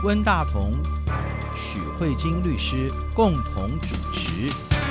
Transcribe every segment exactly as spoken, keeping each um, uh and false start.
温大同、许慧晶律师共同主持。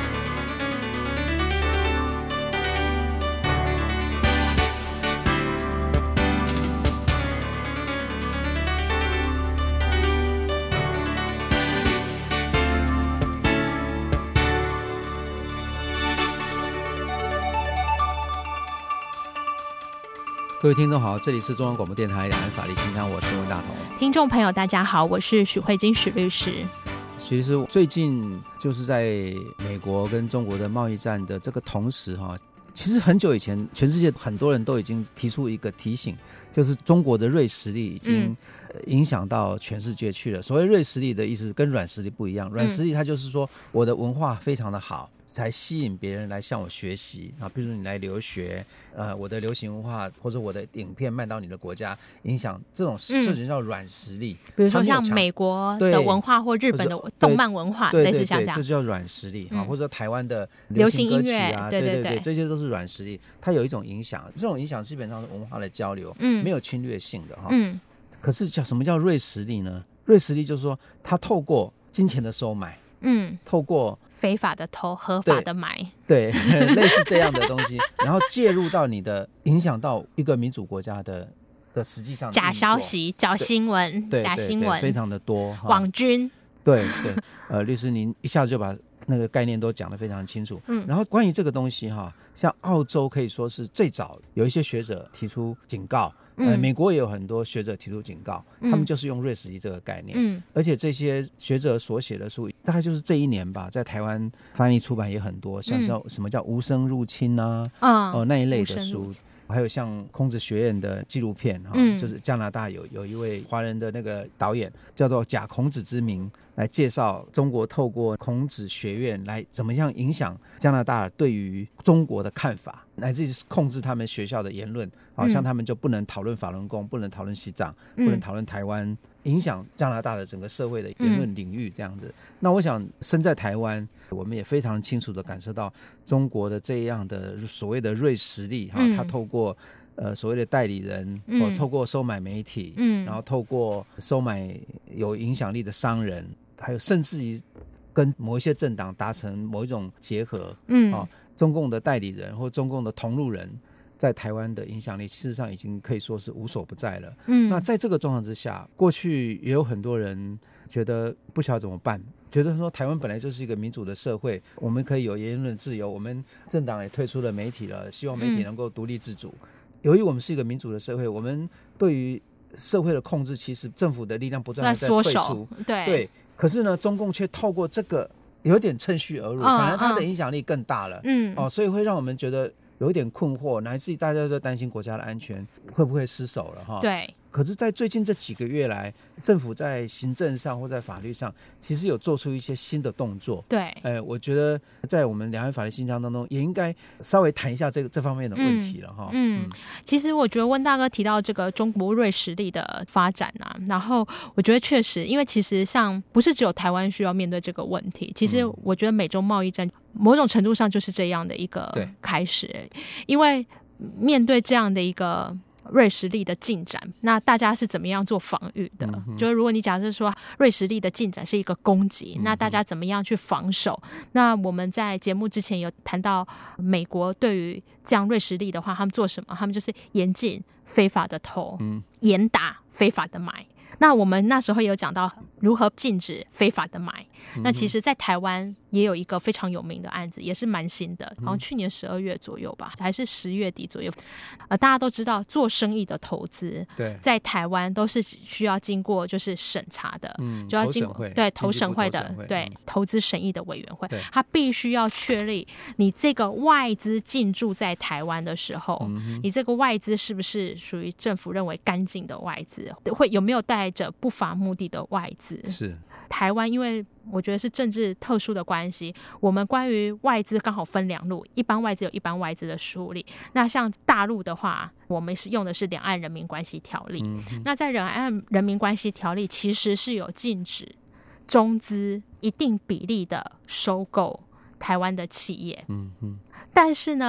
各位听众好，这里是中央广播电台两岸法律信箱，我是温大同。 听众朋友大家好，我是许慧晶许律师。 其实最近就是在美国跟中国的贸易战的这个同时哈，其实很久以前全世界很多人都已经提出一个提醒，就是中国的锐实力已经影响到全世界去了、嗯、所谓锐实力的意思跟软实力不一样，软实力它就是说我的文化非常的好才吸引别人来向我学习啊，比如说你来留学，呃，我的流行文化或者我的影片卖到你的国家，影响这种这就叫软实力、嗯。 比如说像美国的文化或日本的动漫文化，类似像这样， 这就叫软实力、嗯、或者台湾的流行歌曲啊， 对对 对, 对，这些都是软实力，它有一种影响，这种影响基本上是文化的交流，嗯，没有侵略性的哈。嗯，可是叫什么叫锐实力呢？锐实力就是说，它透过金钱的收买，嗯，透过非法的偷，合法的买， 对，对类似这样的东西，然后介入到你的，影响到一个民主国家的的实际上的假消息、假新闻、假新闻非常的多， 网军， 对对，呃，律师您一下子就把那个概念都讲得非常清楚。嗯，然后关于这个东西哈，像澳洲可以说是最早有一些学者提出警告。呃，美国也有很多学者提出警告、嗯、他们就是用锐实力这个概念、嗯、而且这些学者所写的书大概就是这一年吧，在台湾翻译出版也很多，像是什么叫无声入侵啊、嗯呃、那一类的书，还有像孔子学院的纪录片、嗯、就是加拿大有有一位华人的那个导演叫做假孔子之名，来介绍中国透过孔子学院来怎么样影响加拿大对于中国的看法，乃至于控制他们学校的言论，好像他们就不能讨论法轮功，不能讨论西藏，不能讨论台湾，影响加拿大的整个社会的言论领域这样子。那我想身在台湾，我们也非常清楚的感受到中国的这样的所谓的锐实力，他透过呃所谓的代理人，或透过收买媒体，嗯，然后透过收买有影响力的商人，还有甚至于跟某一些政党达成某一种结合，嗯，哦，中共的代理人或中共的同路人在台湾的影响力事实上已经可以说是无所不在了。嗯，那在这个状况之下，过去也有很多人觉得不晓得怎么办，觉得说台湾本来就是一个民主的社会，我们可以有言论自由，我们政党也退出了媒体了，希望媒体能够独立自主、嗯、由于我们是一个民主的社会，我们对于社会的控制其实政府的力量不断的在退出， 对对，可是呢中共却透过这个有点趁虚而入、哦、反而它的影响力更大了，嗯、哦，所以会让我们觉得有一点困惑，乃至于大家都担心国家的安全会不会失守了哈？ 对。 可是在最近这几个月来，政府在行政上或在法律上其实有做出一些新的动作， 对， 呃、我觉得在我们两岸法律信箱当中也应该稍微谈一下这个这方面的问题了哈。 嗯, 嗯， 其实我觉得温大哥提到这个中国锐实力的发展啊，然后我觉得确实，因为其实像不是只有台湾需要面对这个问题，其实我觉得美中贸易战某种程度上就是这样的一个开始，因为面对这样的一个锐实力的进展，那大家是怎么样做防御的、嗯、就是如果你假设说锐实力的进展是一个攻击、嗯、那大家怎么样去防守？那我们在节目之前有谈到美国对于这样锐实力的话，他们做什么？他们就是严禁非法的偷、嗯、严打非法的买。那我们那时候也有讲到如何禁止非法的买、嗯、那其实在台湾也有一个非常有名的案子，也是蛮新的，好像去年十二月左右吧，还是十月底左右。呃，大家都知道做生意的投资，对，在台湾都是需要经过就是审查的，嗯，就要经过对投审会的对、嗯、投资审议的委员会，他必须要确立你这个外资进驻在台湾的时候、嗯、你这个外资是不是属于政府认为干净的外资，会有没有带着不法目的的外资。是台湾因为我觉得是政治特殊的关系，我们关于外资刚好分两路，一般外资有一般外资的梳理，那像大陆的话我们是用的是两岸人民关系条例、嗯、那在两岸人民关系条例其实是有禁止中资一定比例的收购台湾的企业、嗯嗯、但是呢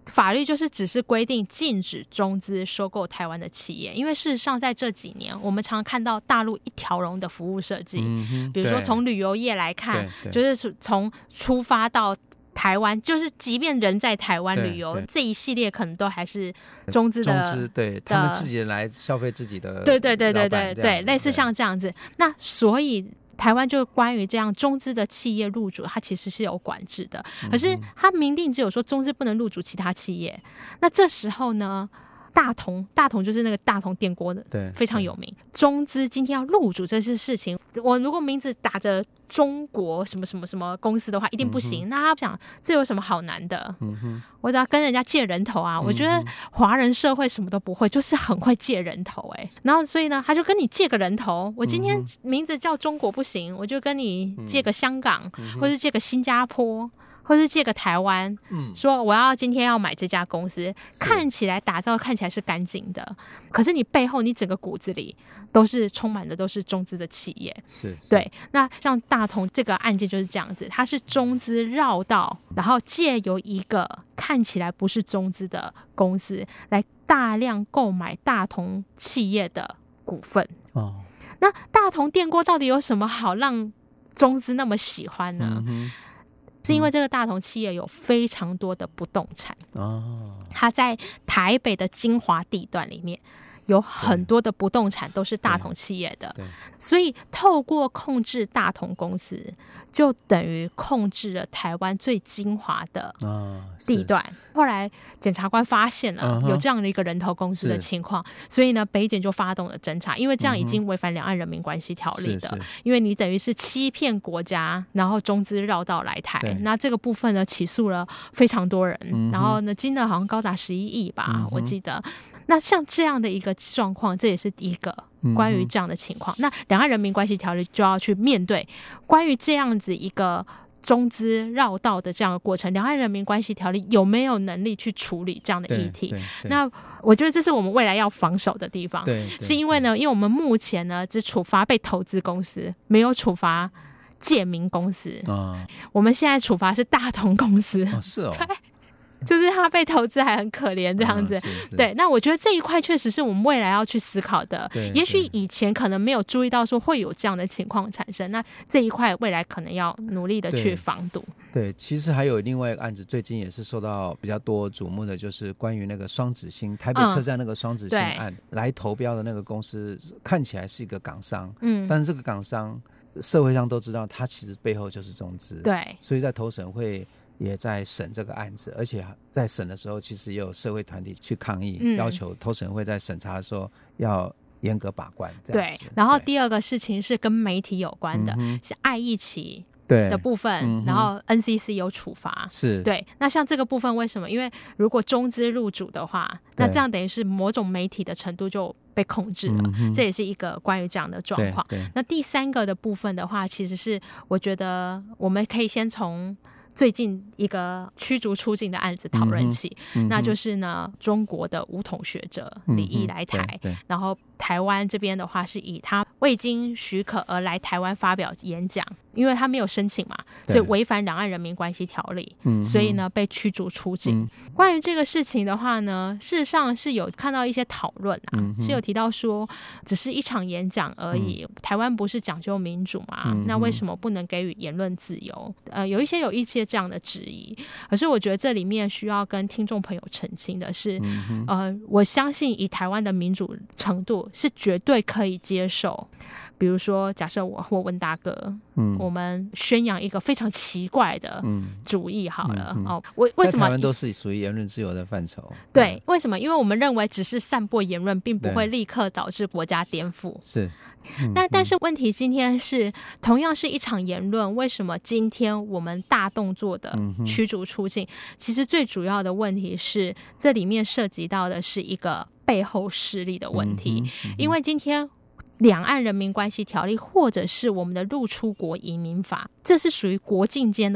法律就是只是规定禁止中资收购台湾的企业，因为事实上在这几年我们常看到大陆一条龙的服务设计、嗯、比如说从旅游业来看，就是从出发到台湾，就是即便人在台湾旅游，这一系列可能都还是中资的， 中资对他们自己来消费自己的， 对对对对对对，类似像这样子。那所以台湾就关于这样中资的企业入主，它其实是有管制的，可是它明定只有说中资不能入主其他企业。那这时候呢，大同大同就是那个大同电锅的，对，非常有名。中资今天要入主这些事情，我如果名字打着中国什么什么什么公司的话，一定不行。嗯、那他想，这有什么好难的？嗯哼，我只要跟人家借人头啊！嗯、我觉得华人社会什么都不会，就是很会借人头哎、欸。然后所以呢，他就跟你借个人头。我今天名字叫中国不行，我就跟你借个香港，嗯、或是借个新加坡。或是借个台湾、嗯、说我要今天要买这家公司，看起来打造看起来是干净的，可是你背后你整个骨子里都是充满的都是中资的企业。是，对。那像大同这个案件就是这样子，它是中资绕道，然后借由一个看起来不是中资的公司来大量购买大同企业的股份。哦，那大同电锅到底有什么好让中资那么喜欢呢？嗯，是因为这个大同企业有非常多的不动产、哦、它在台北的精华地段里面有很多的不动产都是大同企业的，所以透过控制大同公司就等于控制了台湾最精华的地段、哦、后来检察官发现了有这样的一个人头公司的情况、uh-huh. 所以呢北检就发动了侦查，因为这样已经违反两岸人民关系条例的、uh-huh. 因为你等于是欺骗国家然后中资绕道来台，那这个部分呢起诉了非常多人、uh-huh. 然后呢金额好像高达十一亿吧、uh-huh. 我记得。那像这样的一个状况，这也是第一个关于这样的情况、嗯、那两岸人民关系条例就要去面对关于这样子一个中资绕道的这样的过程，两岸人民关系条例有没有能力去处理这样的议题。那我觉得这是我们未来要防守的地方，是因为呢因为我们目前呢只处罚被投资公司，没有处罚借名公司、啊、我们现在处罚是大同公司、 哦、是哦，对， 就是他被投资还很可怜这样子、哦、是是对。那我觉得这一块确实是我们未来要去思考的，也许以前可能没有注意到说会有这样的情况产生，那这一块未来可能要努力的去防堵。 对, 对，其实还有另外一个案子最近也是受到比较多瞩目的，就是关于那个双子星台北车站那个双子星案、嗯、来投标的那个公司看起来是一个港商，嗯，但是这个港商社会上都知道他其实背后就是中资，对，所以在投审会也在审这个案子，而且在审的时候其实也有社会团体去抗议、嗯、要求投审会在审查的时候要严格把关。对， 然后第二个事情是跟媒体有关的、嗯、是爱一起的部分、嗯、然后 N C C 有处罚，是对。那像这个部分为什么？因为如果中资入主的话，那这样等于是某种媒体的程度就被控制了、嗯、这也是一个关于这样的状况。那第三个的部分的话，其实是我觉得我们可以先从最近一个驱逐出境的案子讨论起、嗯、那就是呢中国的武统学者李毅来台、嗯、然后台湾这边的话是以他未经许可而来台湾发表演讲，因为他没有申请嘛，所以违反两岸人民关系条例、嗯、所以呢被驱逐出境、嗯、关于这个事情的话呢，事实上是有看到一些讨论啊、嗯、是有提到说只是一场演讲而已、嗯、台湾不是讲究民主嘛、嗯、那为什么不能给予言论自由？呃，有一些有一些这样的质疑，可是我觉得这里面需要跟听众朋友澄清的是、嗯、呃，我相信以台湾的民主程度是绝对可以接受，比如说假设我或温大哥、嗯、我们宣扬一个非常奇怪的主义好了、嗯嗯嗯、哦，我为什么在台湾都是属于言论自由的范畴？ 对，为什么？因为我们认为只是散播言论并不会立刻导致国家颠覆，是、嗯、那但是问题今天是同样是一场言论，为什么今天我们大动作的驱逐出境、嗯、其实最主要的问题是这里面涉及到的是一个背后势力的问题、嗯嗯、因为今天两岸人民关系条例或者是我们的入出国移民法，这是属于国境间的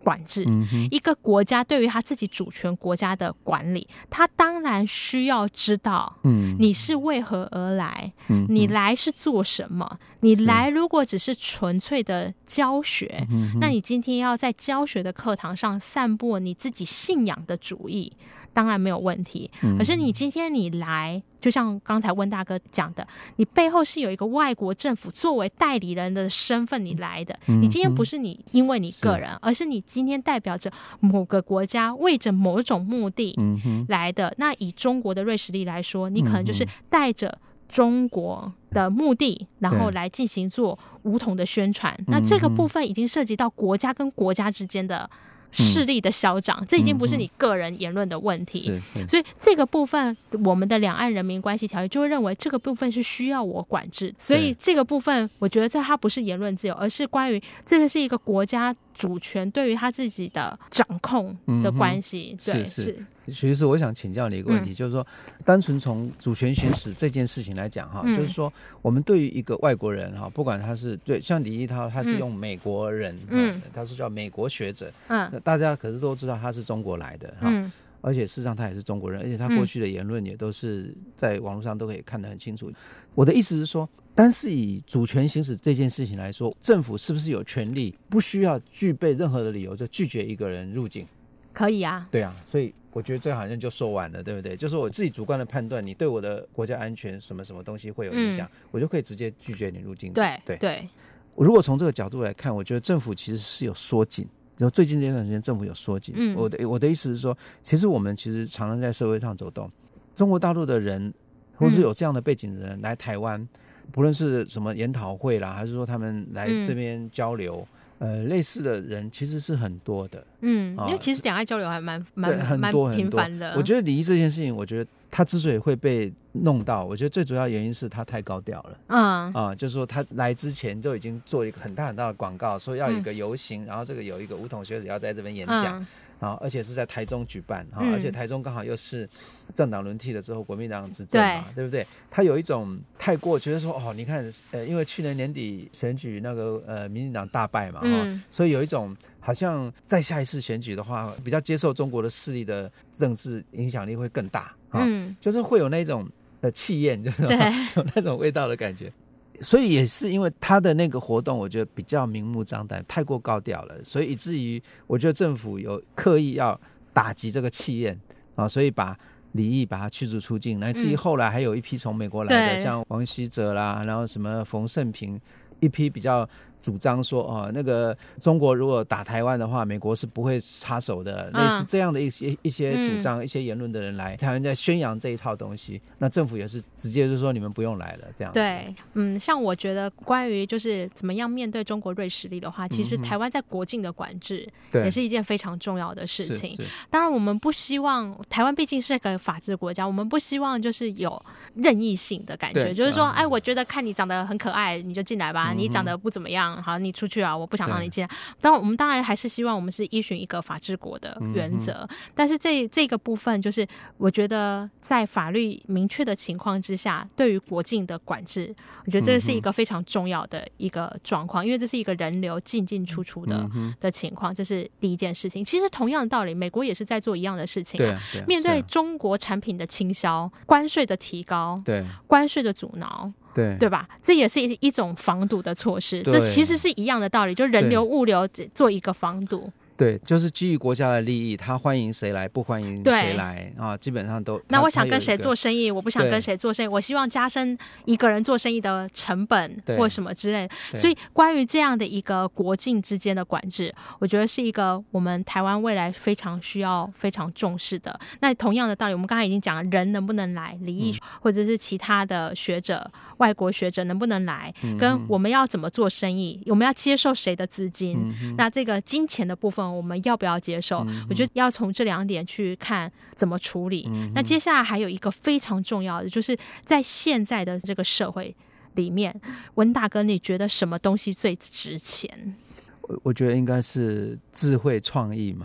管制、 嗯、 一个国家对于他自己主权国家的管理，他当然需要知道你是为何而来、嗯、你来是做什么，你来如果只是纯粹的教学，那你今天要在教学的课堂上散播你自己信仰的主义，当然没有问题。可是你今天你来，就像刚才温大哥讲的，你背后是有一个外国政府作为代理人的身份你来的，你今天不是你因为你个人，而是你今天代表着某个国家为着某种目的来的。那以中国的瑞士力来说，你可能就是带着中国的目的然后来进行做武统的宣传，那这个部分已经涉及到国家跟国家之间的势力的消长、嗯、这已经不是你个人言论的问题、嗯、所以这个部分我们的两岸人民关系条例就会认为这个部分是需要我管制，所以这个部分我觉得这它不是言论自由，而是关于这个是一个国家主权对于他自己的掌控的关系、嗯、对， 是是。其实我想请教你一个问题、嗯、就是说单纯从主权行使这件事情来讲哈、嗯，就是说我们对于一个外国人哈，不管他是对像李毅他他是用美国人，嗯，他是叫美国学者，嗯，大家可是都知道他是中国来的哈、嗯，而且事实上他也是中国人，而且他过去的言论也都是在网络上都可以看得很清楚。我的意思是说，单是以主权行使这件事情来说，政府是不是有权利不需要具备任何的理由就拒绝一个人入境？ 可以啊， 对啊，所以我觉得这好像就说完了，对不对？就是我自己主观的判断，你对我的国家安全什么什么东西会有影响、嗯、我就可以直接拒绝你入境。 对对对， 如果从这个角度来看，我觉得政府其实是有缩紧，就最近这段时间政府有缩紧、嗯、我的我的意思是说，其实我们其实常常在社会上走动，中国大陆的人或是有这样的背景的人来台湾、嗯、不论是什么研讨会啦，还是说他们来这边交流、嗯呃，类似的人其实是很多的， 嗯，因为其实两岸交流还蛮蛮蛮频繁的。 我觉得礼仪这件事情，我觉得他之所以会被弄到，我觉得最主要原因是他太高调了，嗯啊，就是说他来之前就已经做一个很大很大的广告，说要有一个游行、嗯，然后这个有一个武统学者要在这边演讲。嗯啊，而且是在台中举办、啊嗯、而且台中刚好又是政党轮替了之后国民党执政嘛， 对, 对不对？他有一种太过觉得说哦，你看呃，因为去年年底选举那个呃民进党大败嘛、嗯、所以有一种好像在下一次选举的话比较接受中国的势力的政治影响力会更大、啊嗯、就是会有那种呃气焰，就是有那种味道的感觉。所以也是因为他的那个活动我觉得比较明目张胆，太过高调了，所以以至于我觉得政府有刻意要打击这个气焰啊，所以把李毅把他驱逐出境，乃至于后来还有一批从美国来的、嗯、像王希哲啦，然后什么冯胜平，一批比较主张说哦，那个中国如果打台湾的话，美国是不会插手的、嗯、类似这样的一些一些主张、嗯、一些言论的人来台湾在宣扬这一套东西，那政府也是直接就说你们不用来了这样子。 对，嗯，像我觉得关于就是怎么样面对中国瑞士力的话，其实台湾在国境的管制也是一件非常重要的事情。当然我们不希望，台湾毕竟是个法治国家，我们不希望就是有任意性的感觉，就是说、嗯、哎，我觉得看你长得很可爱你就进来吧、嗯、你长得不怎么样好你出去啊，我不想让你进来。当然我们当然还是希望我们是依循一个法治国的原则、嗯、但是这这个部分就是我觉得在法律明确的情况之下，对于国境的管制，我觉得这是一个非常重要的一个状况、嗯、因为这是一个人流进进出出的、嗯、的情况，这是第一件事情。其实同样的道理美国也是在做一样的事情、啊对啊对啊、面对中国产品的倾销、关税的提高、对关税的阻挠，对对吧？这也是一种防堵的措施，这其实是一样的道理，就人流物流做一个防堵。 对，就是基于国家的利益，他欢迎谁来不欢迎谁来啊，基本上都。 那我想跟谁做生意，我不想跟谁做生意，我希望加深一个人做生意的成本或什么之类。所以关于这样的一个国境之间的管制，我觉得是一个我们台湾未来非常需要非常重视的。那同样的道理，我们刚才已经讲了，人能不能来，李毅、嗯、或者是其他的学者、外国学者能不能来、嗯、跟我们要怎么做生意，我们要接受谁的资金、嗯、那这个金钱的部分我们要不要接受、嗯、我觉得要从这两点去看怎么处理、嗯、那接下来还有一个非常重要的，就是在现在的这个社会里面，温大哥你觉得什么东西最值钱？ 我觉得应该是智慧创意嘛。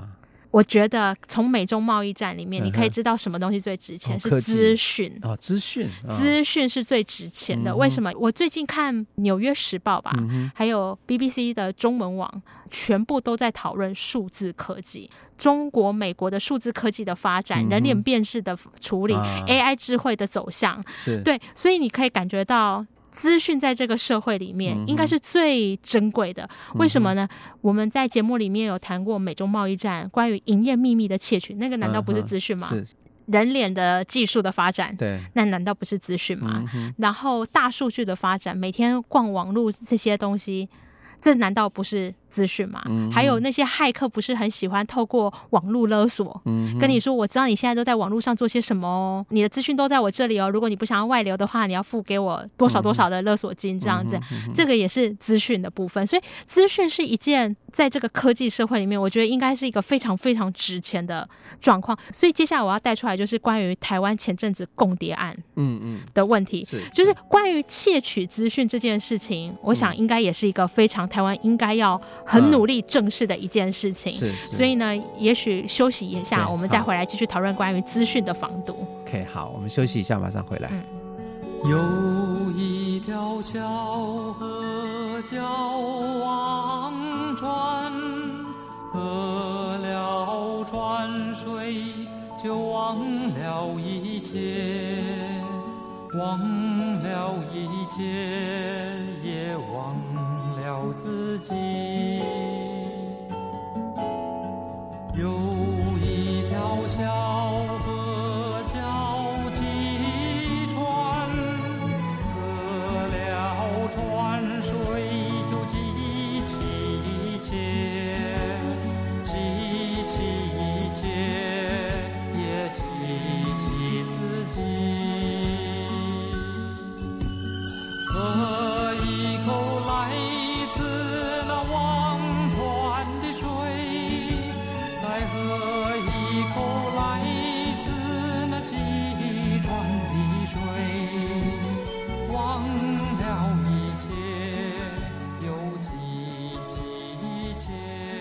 我觉得从美中贸易战里面，你可以知道什么东西最值钱，是资讯哦，资讯， 资讯是最值钱的。为什么？我最近看《纽约时报》吧，还有 B B C 的中文网，全部都在讨论数字科技，中国、美国的数字科技的发展，人脸辨识的处理、A I 智慧的走向，对，所以你可以感觉到。资讯在这个社会里面应该是最珍贵的，为什么呢？我们在节目里面有谈过美中贸易战关于营业秘密的窃取，那个难道不是资讯吗？人脸的技术的发展，对，那难道不是资讯吗？然后大数据的发展，每天逛网络这些东西，这难道不是资讯吗？嗯、还有那些骇客不是很喜欢透过网络勒索、嗯、跟你说我知道你现在都在网络上做些什么哦，你的资讯都在我这里哦，如果你不想要外流的话，你要付给我多少多少的勒索金，这样子、嗯、这个也是资讯的部分。所以资讯是一件在这个科技社会里面我觉得应该是一个非常非常值钱的状况。所以接下来我要带出来就是关于台湾前阵子共谍案的问题、嗯嗯、就是关于窃取资讯这件事情，我想应该也是一个非常台湾应该要很努力正视的一件事情、嗯、所以呢也许休息一下，我们再回来继续讨论关于资讯的防毒。 OK， 好，我们休息一下马上回来、嗯、 有一条小河叫忘川，喝了川水就忘了一切，忘了一切也忘了自己。有一条小河叫济川，喝了川水就记起一切，记起一切也记起自己。喝一口来自那忘川的水，再喝一口来自那济川的水，忘了一切又记起一切。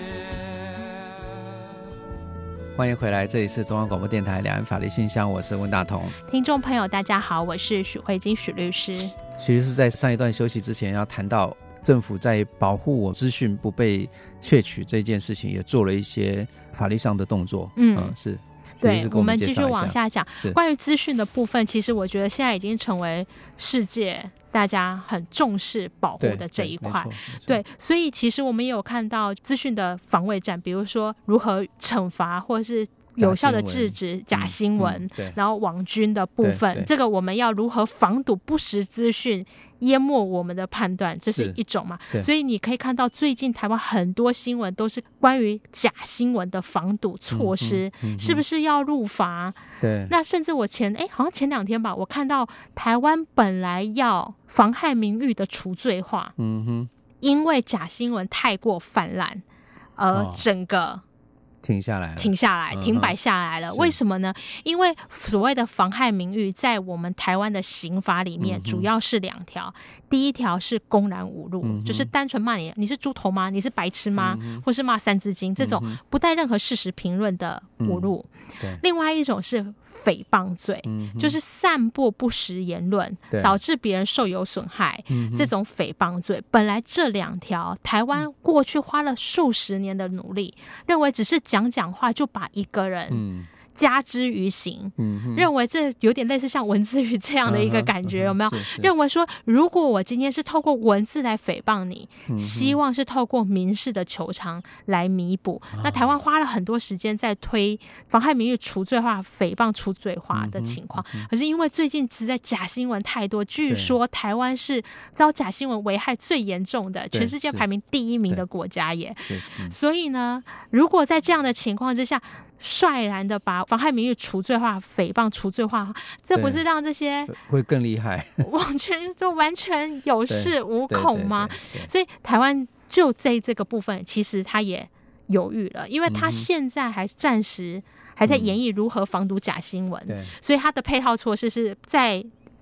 欢迎回来，这里是中央广播电台两岸法律信箱，我是温大同。 听众朋友大家好，我是许慧金许律师。 其实是在上一段休息之前要谈到政府在保护我资讯不被窃取这件事情也做了一些法律上的动作。 嗯, 嗯是对，我们继续往下讲关于资讯的部分。其实我觉得现在已经成为世界大家很重视保护的这一块。 对, 对，所以其实我们也有看到资讯的防卫战，比如说如何惩罚或者是有效的制止假新闻、嗯嗯、然后网军的部分，这个我们要如何防堵不实资讯淹没我们的判断，这是一种嘛。所以你可以看到最近台湾很多新闻都是关于假新闻的防堵措施、嗯嗯、是不是要入法？对，那甚至我前哎好像前两天吧，我看到台湾本来要妨害名誉的除罪化，嗯哼，因为假新闻太过泛滥而整个、哦停下来了停下来停摆下来了、嗯、为什么呢？因为所谓的妨害名誉在我们台湾的刑法里面主要是两条、嗯、第一条是公然侮辱、嗯、就是单纯骂你你是猪头吗？你是白痴吗、嗯、或是骂三字经，这种不带任何事实评论的侮辱、嗯、另外一种是诽谤罪、嗯、就是散播不实言论导致别人受有损害、嗯、这种诽谤罪。本来这两条台湾过去花了数十年的努力，认为只是讲讲话就把一个人加之于刑、嗯、认为这有点类似像文字狱这样的一个感觉、嗯、有没有？认为说如果我今天是透过文字来诽谤你、嗯、希望是透过民事的求偿来弥补、哦、那台湾花了很多时间在推妨害名誉除罪化、诽谤除罪化的情况、嗯嗯、可是因为最近实在假新闻太多，据说台湾是遭假新闻危害最严重的，全世界排名第一名的国家耶、嗯、所以呢如果在这样的情况之下率然的把妨害名誉除罪化、诽谤除罪化，这不是让这些会更厉害， 完全就完全有恃无恐吗？所以台湾就在这个部分其实他也犹豫了，因为他现在还暂时还在研议如何防堵假新闻、嗯、所以他的配套措施是在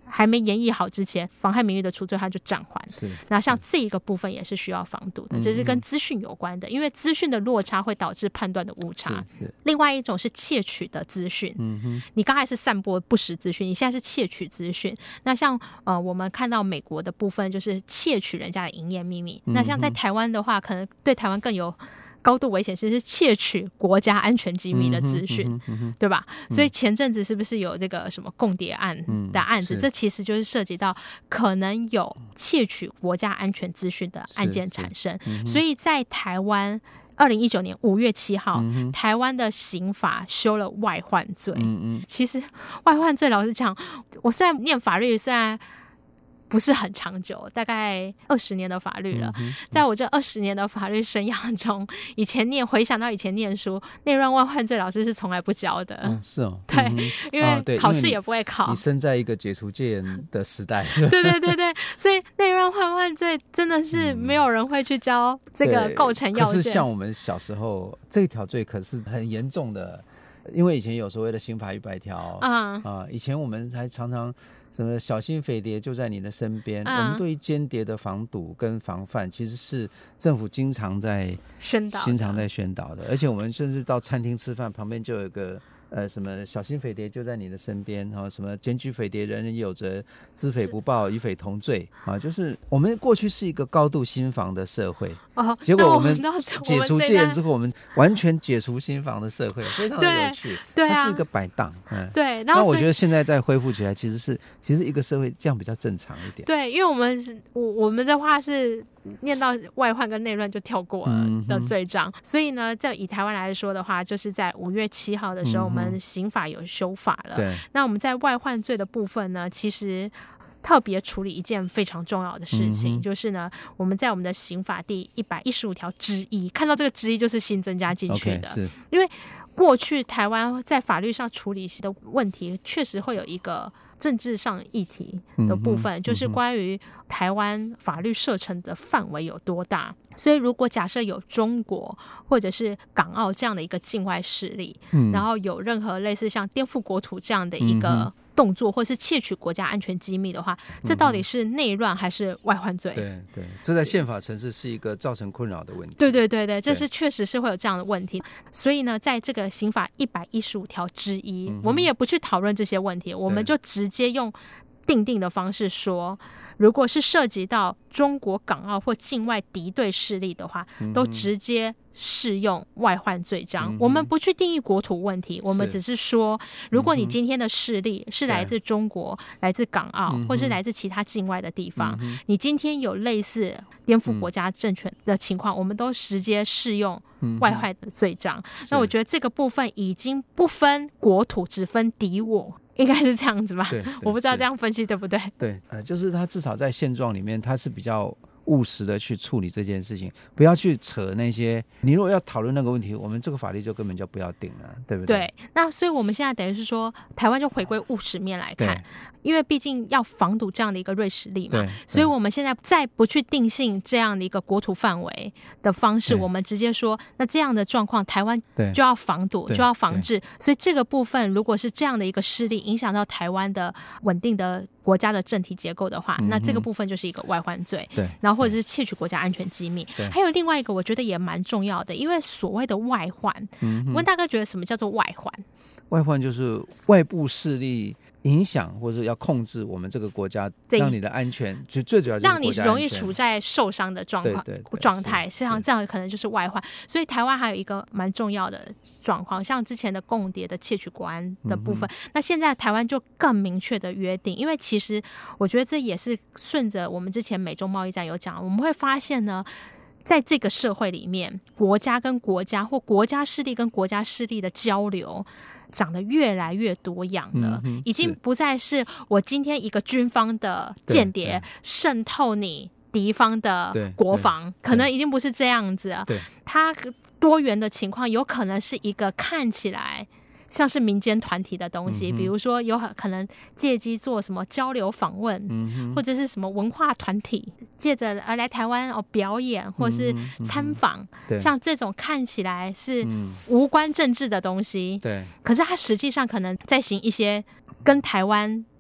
还没研议好之前，妨害名誉的除罪它就暂缓。 是， 那像这一个部分也是需要防堵的，这是跟资讯有关的，因为资讯的落差会导致判断的误差。另外一种是窃取的资讯，嗯哼，你刚才是散播不实资讯，你现在是窃取资讯。那像呃我们看到美国的部分就是窃取人家的营业秘密，嗯、那像在台湾的话，可能对台湾更有高度危险，其实是窃取国家安全机密的资讯、嗯嗯嗯，对吧、嗯？所以前阵子是不是有这个什么共谍案的案子、嗯？这其实就是涉及到可能有窃取国家安全资讯的案件产生。嗯、所以在台湾，二零一九年五月七号、嗯，台湾的刑法修了外患罪。嗯嗯，其实外患罪，老实讲，我虽然念法律，虽然不是很长久，大概二十年的法律了、嗯嗯、在我这二十年的法律生涯中，以前念回想到以前念书，内乱外患罪老师是从来不教的、哦、 是哦， 对、嗯、因为考试也不会考、 啊、你, 你生在一个解除戒严的时代对对对对，所以内乱外患罪真的是没有人会去教这个构成要件、 嗯、可是像我们小时候这条罪可是很严重的，因为以前有所谓的刑法一百条、嗯、啊，以前我们还常常什么小心匪谍就在你的身边、嗯、我们对于间谍的防堵跟防范其实是政府经常在宣导经常在宣导的，而且我们甚至到餐厅吃饭旁边就有一个呃，什么小心匪谍就在你的身边、哦、什么检举匪谍人人有责，知匪不报与匪同罪啊，就是我们过去是一个高度心防的社会、哦、结果我们解除戒严之后，我们完全解除心防的社会，非常的有趣。 对， 它是一个摆荡。嗯， 对。 那我觉得现在再恢复起来，其实是其实一个社会这样比较正常一点。 对，因为我们是我我们的话是念到外患跟内乱就跳过了的罪章、嗯、所以呢，在以台湾来说的话，就是在五月七号的时候、嗯、我们刑法有修法了。对，那我们在外患罪的部分呢，其实特别处理一件非常重要的事情、嗯、就是呢，我们在我们的刑法第一百一十五条之一，看到这个之一就是新增加进去的、okay, 是因为过去台湾在法律上处理的问题确实会有一个政治上议题的部分、嗯、就是关于台湾法律设成的范围有多大，所以如果假设有中国或者是港澳这样的一个境外势力、嗯、然后有任何类似像颠覆国土这样的一个动作、嗯、或是窃取国家安全机密的话，这到底是内乱还是外患罪？ 对对，这在宪法层次是一个造成困扰的问题。 对对对对，这是确实是会有这样的问题。所以呢，在这个刑法一百一十五条之一、嗯、我们也不去讨论这些问题，我们就直接用定定的方式说，如果是涉及到中国港澳或境外敌对势力的话、嗯、都直接适用外患罪章、嗯、我们不去定义国土问题，我们只是说如果你今天的势力是来自中国、来自港澳、嗯、或是来自其他境外的地方、嗯、你今天有类似颠覆国家政权的情况、嗯、我们都直接适用外患的罪章、嗯、那我觉得这个部分已经不分国土，只分敌我，应该是这样子吧？对，我不知道这样分析对不对？ 对，呃，就是他至少在现状里面，他是比较务实的去处理这件事情，不要去扯那些。你如果要讨论那个问题，我们这个法律就根本就不要定了，对不对？ 对，那所以我们现在等于是说，台湾就回归务实面来看，因为毕竟要防堵这样的一个锐实力嘛，所以我们现在再不去定性这样的一个国土范围的方式，我们直接说，那这样的状况，台湾就要防堵，就要防治。所以这个部分，如果是这样的一个势力影响到台湾的稳定的国家的政体结构的话、嗯、那这个部分就是一个外患罪，对，然后或者是窃取国家安全机密。还有另外一个我觉得也蛮重要的，因为所谓的外患、嗯、温大哥觉得什么叫做外患？ 外患就是外部势力影响或者要控制我们这个国家，让你的安全，就最主要就是让你容易处在受伤的状况状态，实际上这样可能就是外患。所以台湾还有一个蛮重要的状况，像之前的共谍的窃取国安的部分、嗯、那现在台湾就更明确的约定，因为其实我觉得这也是顺着我们之前美中贸易战有讲，我们会发现呢，在这个社会里面，国家跟国家或国家势力跟国家势力的交流长得越来越多样了、嗯、已经不再是我今天一个军方的间谍渗透你敌方的国防，可能已经不是这样子了。它多元的情况有可能是一个看起来像是民间团体的东西、嗯、比如说有可能借机做什么交流访问、嗯、或者是什么文化团体借着来台湾、哦、表演或是参访、嗯、像这种看起来是无关政治的东西、嗯、对，可是它实际上可能在行一些跟台湾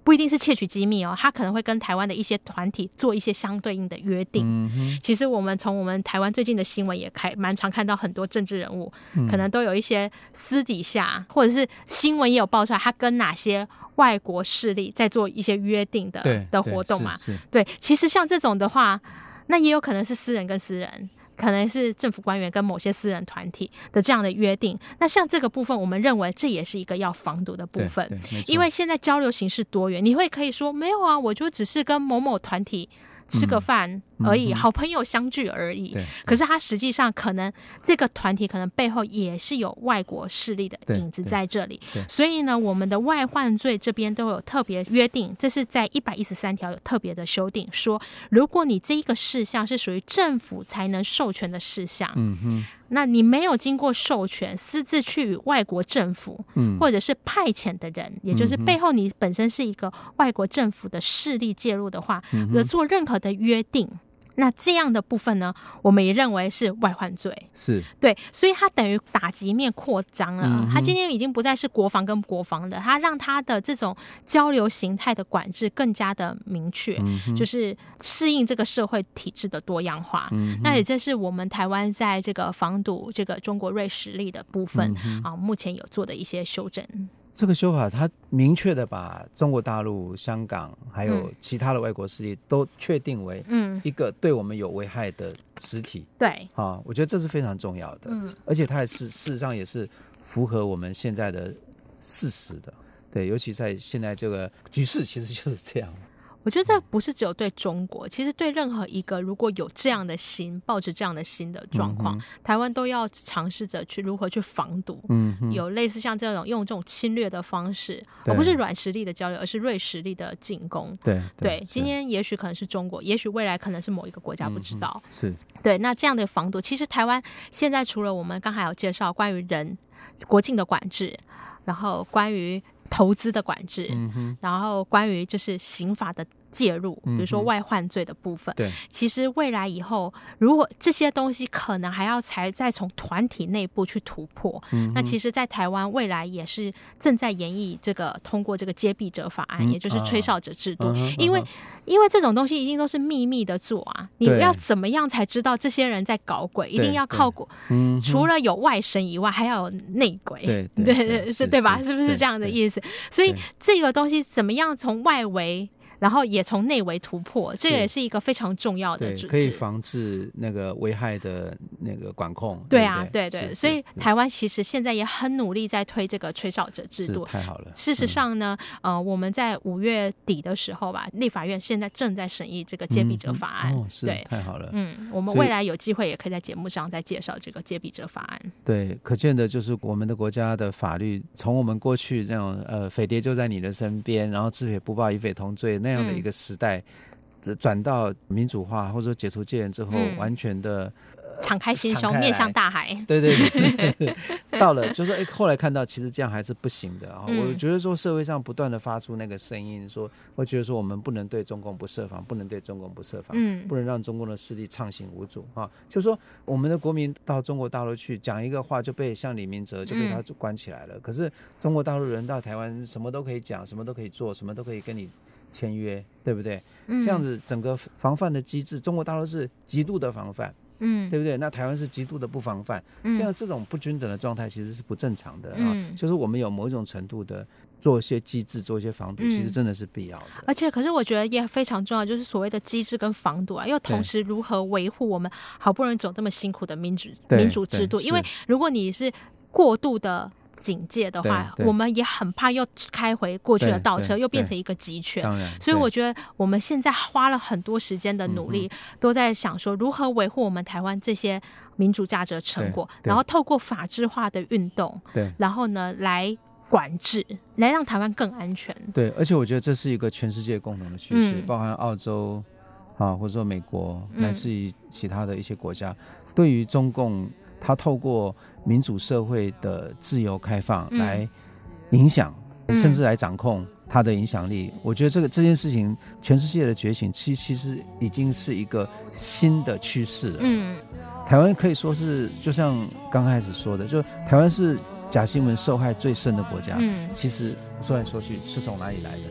不一定是窃取机密哦，他可能会跟台湾的一些团体做一些相对应的约定。 嗯、 其实我们从我们台湾最近的新闻也开蛮常看到很多政治人物、嗯、可能都有一些私底下或者是新闻也有爆出来，他跟哪些外国势力在做一些约定的的活动嘛。对，其实像这种的话，那也有可能是私人跟私人，可能是政府官员跟某些私人团体的这样的约定。那像这个部分，我们认为这也是一个要防堵的部分，因为现在交流形式多元，你会可以说没有啊，我就只是跟某某团体吃个饭而已、嗯、好朋友相聚而已。可是他实际上可能这个团体可能背后也是有外国势力的影子在这里。所以呢，我们的外患罪这边都有特别约定，这是在一百一十三条有特别的修订，说如果你这一个事项是属于政府才能授权的事项，嗯哼，那你没有经过授权私自去与外国政府、嗯、或者是派遣的人，也就是背后你本身是一个外国政府的势力介入的话，嗯、而做任何的约定，那这样的部分呢，我们也认为是外患罪。 是对， 所以它等于打击面扩张了、嗯、它今天已经不再是国防跟国防的，它让它的这种交流形态的管制更加的明确、嗯、就是适应这个社会体制的多样化、嗯、那也这是我们台湾在这个防堵这个中国锐实力的部分、嗯啊、目前有做的一些修正。 这个修法它明确的把中国大陆、香港还有其他的外国势力都确定为一个对我们有危害的实体、嗯、对、啊、我觉得这是非常重要的、嗯、而且它也是事实上也是符合我们现在的事实的。对，尤其在现在这个局势其实就是这样。 我觉得这不是只有对中国，其实对任何一个如果有这样的心，抱着这样的心的状况、嗯、台湾都要尝试着去如何去防堵、嗯、有类似像这种用这种侵略的方式，而不是软实力的交流，而是锐实力的进攻。对 对, 对，今天也许可能是中国，也许未来可能是某一个国家，不知道、嗯、是对。那这样的防堵，其实台湾现在除了我们刚才有介绍关于人国境的管制，然后关于投资的管制、嗯、然后关于就是刑法的介入，比如说外患罪的部分、嗯、其实未来以后如果这些东西可能还要才再从团体内部去突破、嗯、那其实在台湾未来也是正在研议这个通过这个揭弊者法案、嗯、也就是吹哨者制度、哦、因为、嗯、因为这种东西一定都是秘密的做啊，你要怎么样才知道这些人在搞鬼，一定要靠过、嗯、除了有外神以外还要有内鬼，对对 对, 对, 对, 对吧，是不是这样的意思？所以这个东西怎么样从外围然后也从内围突破，这个也是一个非常重要的组织， 可以防治那个危害的那个管控。 对啊，对 对, 对，所以台湾其实现在也很努力在推这个吹哨者制度， 太好了。 事实上呢、嗯呃、我们在五月底的时候吧，立法院现在正在审议这个揭弊者法案、嗯哦、是对，太好了。 嗯，我们未来有机会也可以在节目上再介绍这个揭弊者法案。 对，可见的就是我们的国家的法律从我们过去那种呃匪谍就在你的身边，然后知匪不报以匪同罪那样的一个时代、嗯、转到民主化或者说解除戒严之后、嗯、完全的、呃、 敞开心胸面向大海。 对对对到了就是说、欸、后来看到其实这样还是不行的、嗯、我觉得说社会上不断的发出那个声音，说我觉得说我们不能对中共不设防，不能对中共不设防、嗯、不能让中共的势力畅行无阻、啊、就是说我们的国民到中国大陆去讲一个话就被像李明哲就被他关起来了、嗯、可是中国大陆人到台湾什么都可以讲，什么都可以做，什么都可以跟你签约，对不对、嗯、这样子整个防范的机制，中国大陆是极度的防范，嗯，对不对？那台湾是极度的不防范、嗯、这样这种不均等的状态其实是不正常的、嗯、啊。就是我们有某一种程度的做一些机制，做一些防堵、嗯、其实真的是必要的。 而且可是我觉得也非常重要，就是所谓的机制跟防堵啊，又同时如何维护我们好不容易走这么辛苦的民主民主制度，因为如果你是过度的警戒的话，我们也很怕又开回过去的倒车，又变成一个集权。所以我觉得我们现在花了很多时间的努力、嗯、都在想说如何维护我们台湾这些民主价值的成果，然后透过法治化的运动，然后呢来管制，来让台湾更安全。 对，而且我觉得这是一个全世界共同的趋势、嗯、包含澳洲啊，或者说美国、嗯、乃至于其他的一些国家，对于中共他透过民主社会的自由开放来影响、嗯、甚至来掌控他的影响力、嗯、我觉得这个这件事情全世界的觉醒其其实已经是一个新的趋势了。嗯，台湾可以说是就像刚开始说的，就台湾是假新闻受害最深的国家。嗯，其实说来说去是从哪里来的？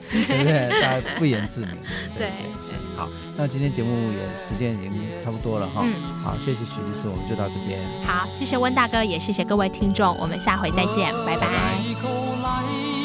对不对？大家不言自明。 对， 是。好，那今天节目也时间已经差不多了哈。 嗯， 好，谢谢许律师，我们就到这边。 好，谢谢温大哥，也谢谢各位听众，我们下回再见，拜拜。 一口来